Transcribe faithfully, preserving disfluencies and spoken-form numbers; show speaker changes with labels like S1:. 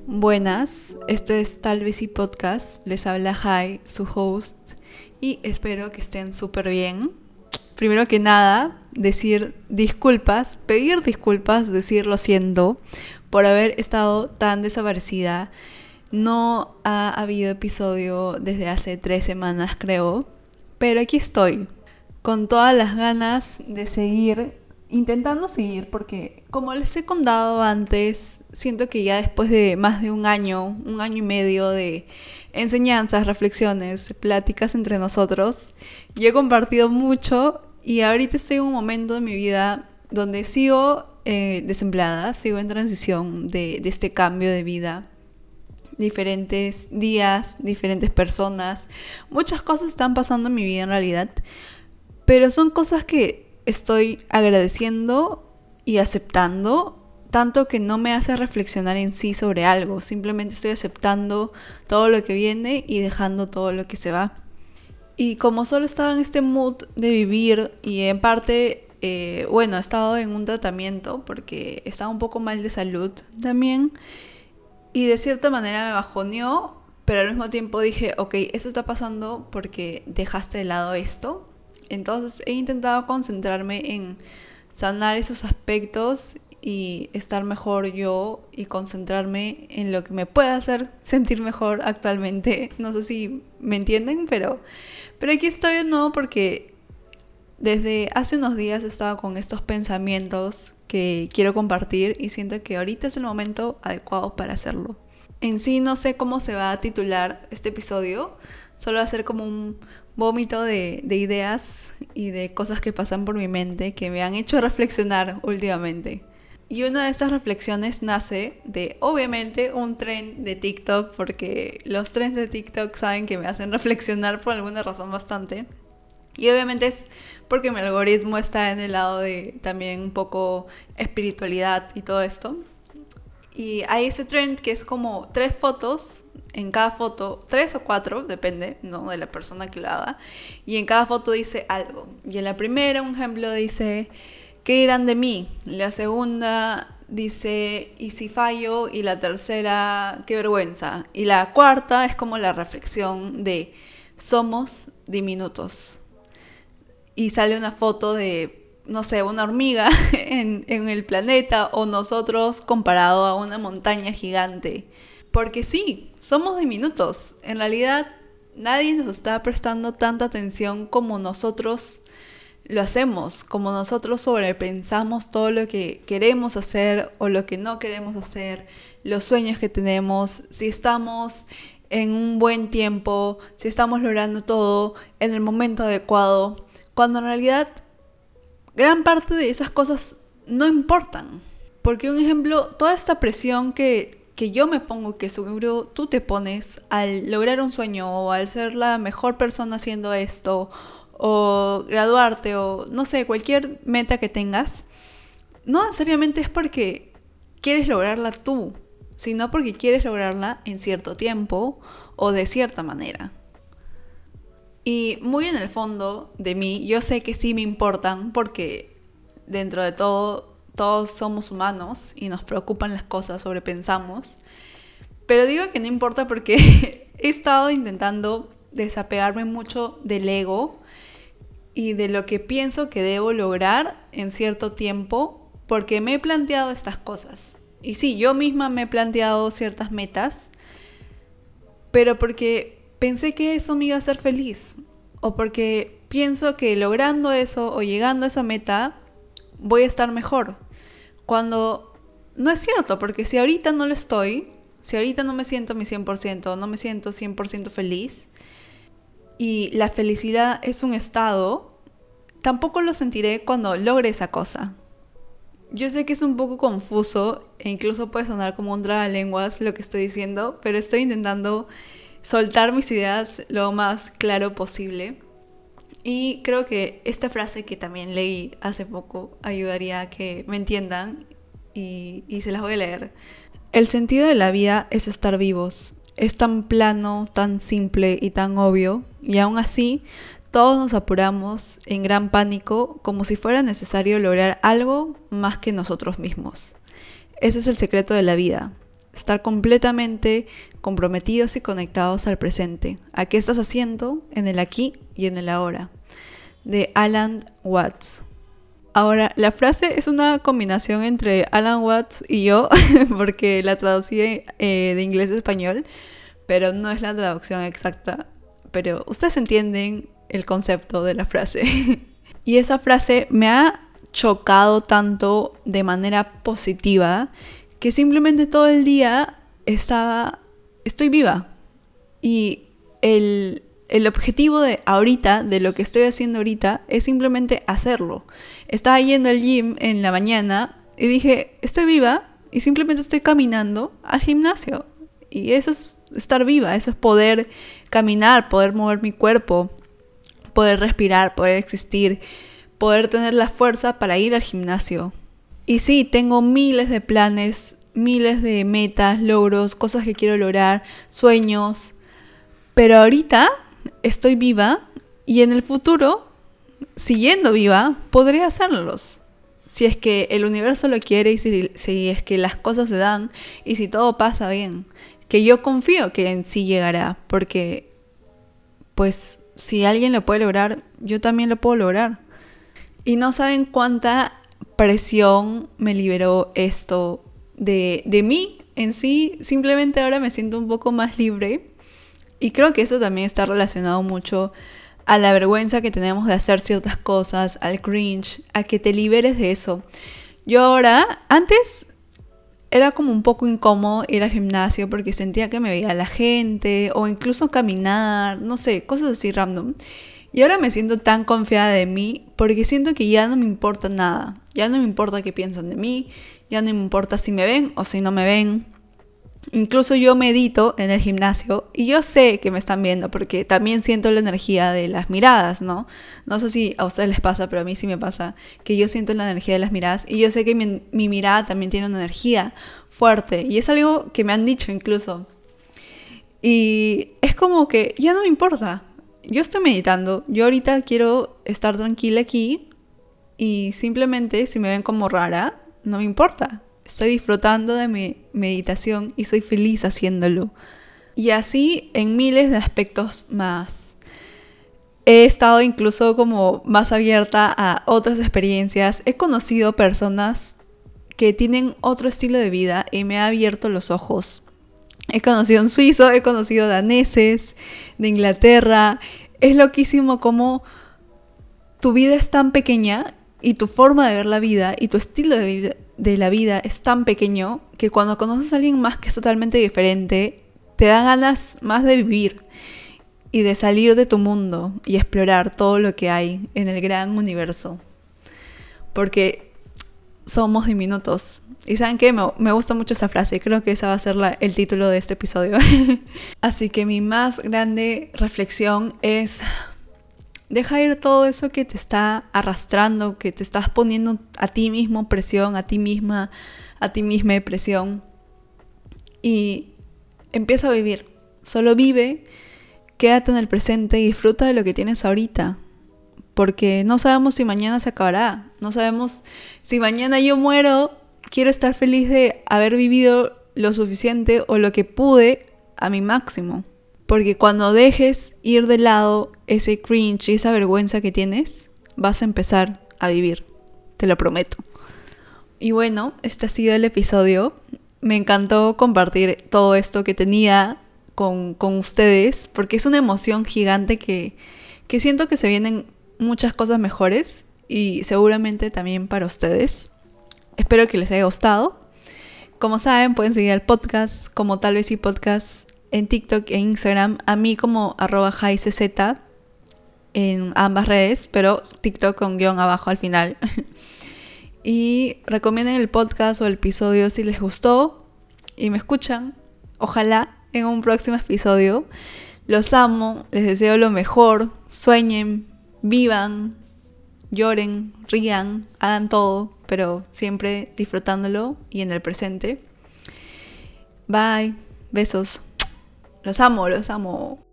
S1: Buenas, esto es Tal vez y Podcast, les habla Jai, su host, y espero que estén súper bien. Primero que nada, decir disculpas, pedir disculpas, decir lo siento por haber estado tan desaparecida. No ha habido episodio desde hace tres semanas, creo, pero aquí estoy, con todas las ganas de seguir, intentando seguir, porque como les he contado antes, siento que ya después de más de un año, un año y medio de enseñanzas, reflexiones, pláticas entre nosotros, yo he compartido mucho y ahorita estoy en un momento de mi vida donde sigo eh, desempleada, sigo en transición de, de este cambio de vida. Diferentes días, diferentes personas, muchas cosas están pasando en mi vida en realidad, pero son cosas que estoy agradeciendo y aceptando, tanto que no me hace reflexionar en sí sobre algo, simplemente estoy aceptando todo lo que viene y dejando todo lo que se va. Y como solo estaba en este mood de vivir y en parte, eh, bueno, he estado en un tratamiento porque estaba un poco mal de salud también. Y de cierta manera me bajoneó, pero al mismo tiempo dije, ok, eso está pasando porque dejaste de lado esto. Entonces he intentado concentrarme en sanar esos aspectos y estar mejor yo y concentrarme en lo que me pueda hacer sentir mejor actualmente. No sé si me entienden, pero, pero aquí estoy de nuevo porque desde hace unos días he estado con estos pensamientos que quiero compartir y siento que ahorita es el momento adecuado para hacerlo. En sí no sé cómo se va a titular este episodio, solo va a ser como un vómito de, de ideas y de cosas que pasan por mi mente que me han hecho reflexionar últimamente. Y una de estas reflexiones nace de, obviamente, un trend de TikTok, porque los trends de TikTok saben que me hacen reflexionar por alguna razón bastante. Y obviamente es porque mi algoritmo está en el lado de también un poco espiritualidad y todo esto. Y hay ese trend que es como tres fotos, en cada foto, tres o cuatro, depende, ¿no?, de la persona que lo haga. Y en cada foto dice algo. Y en la primera, un ejemplo, dice, ¿qué dirán de mí? La segunda dice, ¿y si fallo? Y la tercera, qué vergüenza. Y la cuarta es como la reflexión de, somos diminutos. Y sale una foto de, no sé, una hormiga en, en el planeta o nosotros comparado a una montaña gigante. Porque sí, somos diminutos. En realidad nadie nos está prestando tanta atención como nosotros lo hacemos, como nosotros sobrepensamos todo lo que queremos hacer o lo que no queremos hacer, los sueños que tenemos, si estamos en un buen tiempo, si estamos logrando todo en el momento adecuado. Cuando en realidad gran parte de esas cosas no importan. Porque un ejemplo, toda esta presión que, que yo me pongo, que seguro tú te pones al lograr un sueño o al ser la mejor persona haciendo esto o graduarte o no sé, cualquier meta que tengas, no necesariamente es porque quieres lograrla tú, sino porque quieres lograrla en cierto tiempo o de cierta manera. Y muy en el fondo de mí, yo sé que sí me importan porque dentro de todo, todos somos humanos y nos preocupan las cosas, sobrepensamos. Pero digo que no importa porque he estado intentando desapegarme mucho del ego y de lo que pienso que debo lograr en cierto tiempo porque me he planteado estas cosas. Y sí, yo misma me he planteado ciertas metas, pero porque pensé que eso me iba a hacer feliz, o porque pienso que logrando eso o llegando a esa meta voy a estar mejor, cuando no es cierto, porque si ahorita no lo estoy, si ahorita no me siento mi cien por ciento, no me siento cien por ciento feliz, y la felicidad es un estado, tampoco lo sentiré cuando logre esa cosa. Yo sé que es un poco confuso e incluso puede sonar como un trabalenguas lo que estoy diciendo, pero estoy intentando soltar mis ideas lo más claro posible. Y creo que esta frase que también leí hace poco ayudaría a que me entiendan y, y se las voy a leer. El sentido de la vida es estar vivos. Es tan plano, tan simple y tan obvio, y aún así todos nos apuramos en gran pánico como si fuera necesario lograr algo más que nosotros mismos. Ese es el secreto de la vida. estar completamente comprometidos y conectados al presente. ¿A qué estás haciendo? En el aquí y en el ahora. De Alan Watts. Ahora, la frase es una combinación entre Alan Watts y yo, porque la traducí eh, de inglés a español, pero no es la traducción exacta. Pero ustedes entienden el concepto de la frase. Y esa frase me ha chocado tanto de manera positiva que simplemente todo el día estaba, estoy viva. Y el... El objetivo de ahorita, de lo que estoy haciendo ahorita, es simplemente hacerlo. Estaba yendo al gym en la mañana y dije, estoy viva y simplemente estoy caminando al gimnasio. Y eso es estar viva, eso es poder caminar, poder mover mi cuerpo, poder respirar, poder existir, poder tener la fuerza para ir al gimnasio. Y sí, tengo miles de planes, miles de metas, logros, cosas que quiero lograr, sueños, pero ahorita estoy viva y en el futuro, siguiendo viva, podré hacerlos. Si es que el universo lo quiere y si, si es que las cosas se dan y si todo pasa bien. Que yo confío que en sí llegará, porque pues si alguien lo puede lograr, yo también lo puedo lograr. Y no saben cuánta presión me liberó esto de, de mí en sí. Simplemente ahora me siento un poco más libre. Y creo que eso también está relacionado mucho a la vergüenza que tenemos de hacer ciertas cosas, al cringe, a que te liberes de eso. Yo ahora, antes era como un poco incómodo ir al gimnasio porque sentía que me veía la gente o incluso caminar, no sé, cosas así random. Y ahora me siento tan confiada de mí porque siento que ya no me importa nada. Ya no me importa qué piensan de mí, ya no me importa si me ven o si no me ven. Incluso yo medito en el gimnasio y yo sé que me están viendo porque también siento la energía de las miradas, ¿no? No sé si a ustedes les pasa, pero a mí sí me pasa que yo siento la energía de las miradas y yo sé que mi, mi mirada también tiene una energía fuerte y es algo que me han dicho incluso. Y es como que ya no me importa. Yo estoy meditando, yo ahorita quiero estar tranquila aquí y simplemente si me ven como rara, no me importa. Estoy disfrutando de mi meditación y soy feliz haciéndolo. Y así en miles de aspectos más. He estado incluso como más abierta a otras experiencias. He conocido personas que tienen otro estilo de vida y me ha abierto los ojos. He conocido un suizo, he conocido daneses de Inglaterra. Es loquísimo cómo tu vida es tan pequeña y tu forma de ver la vida y tu estilo de vida de la vida es tan pequeño que cuando conoces a alguien más que es totalmente diferente, te da ganas más de vivir y de salir de tu mundo y explorar todo lo que hay en el gran universo. Porque somos diminutos. Y ¿saben qué? Me, me gusta mucho esa frase. Creo que esa va a ser la, el título de este episodio. Así que mi más grande reflexión es: deja ir todo eso que te está arrastrando, que te estás poniendo a ti mismo presión, a ti misma, a ti misma presión. Y empieza a vivir. Solo vive, quédate en el presente y disfruta de lo que tienes ahorita. Porque no sabemos si mañana se acabará. No sabemos si mañana yo muero. Quiero estar feliz de haber vivido lo suficiente o lo que pude a mi máximo. Porque cuando dejes ir de lado ese cringe y esa vergüenza que tienes, vas a empezar a vivir. Te lo prometo. Y bueno, este ha sido el episodio. Me encantó compartir todo esto que tenía con, con ustedes, porque es una emoción gigante que, que siento que se vienen muchas cosas mejores y seguramente también para ustedes. Espero que les haya gustado. Como saben, pueden seguir al podcast como Tal vez sí podcast en TikTok e Instagram, a mí como arroba jaicz en ambas redes, pero TikTok con guión abajo al final. Y recomienden el podcast o el episodio si les gustó y me escuchan. Ojalá en un próximo episodio. Los amo, les deseo lo mejor. Sueñen, vivan, lloren, rían, hagan todo, pero siempre disfrutándolo y en el presente. Bye, besos. Los amo, los amo.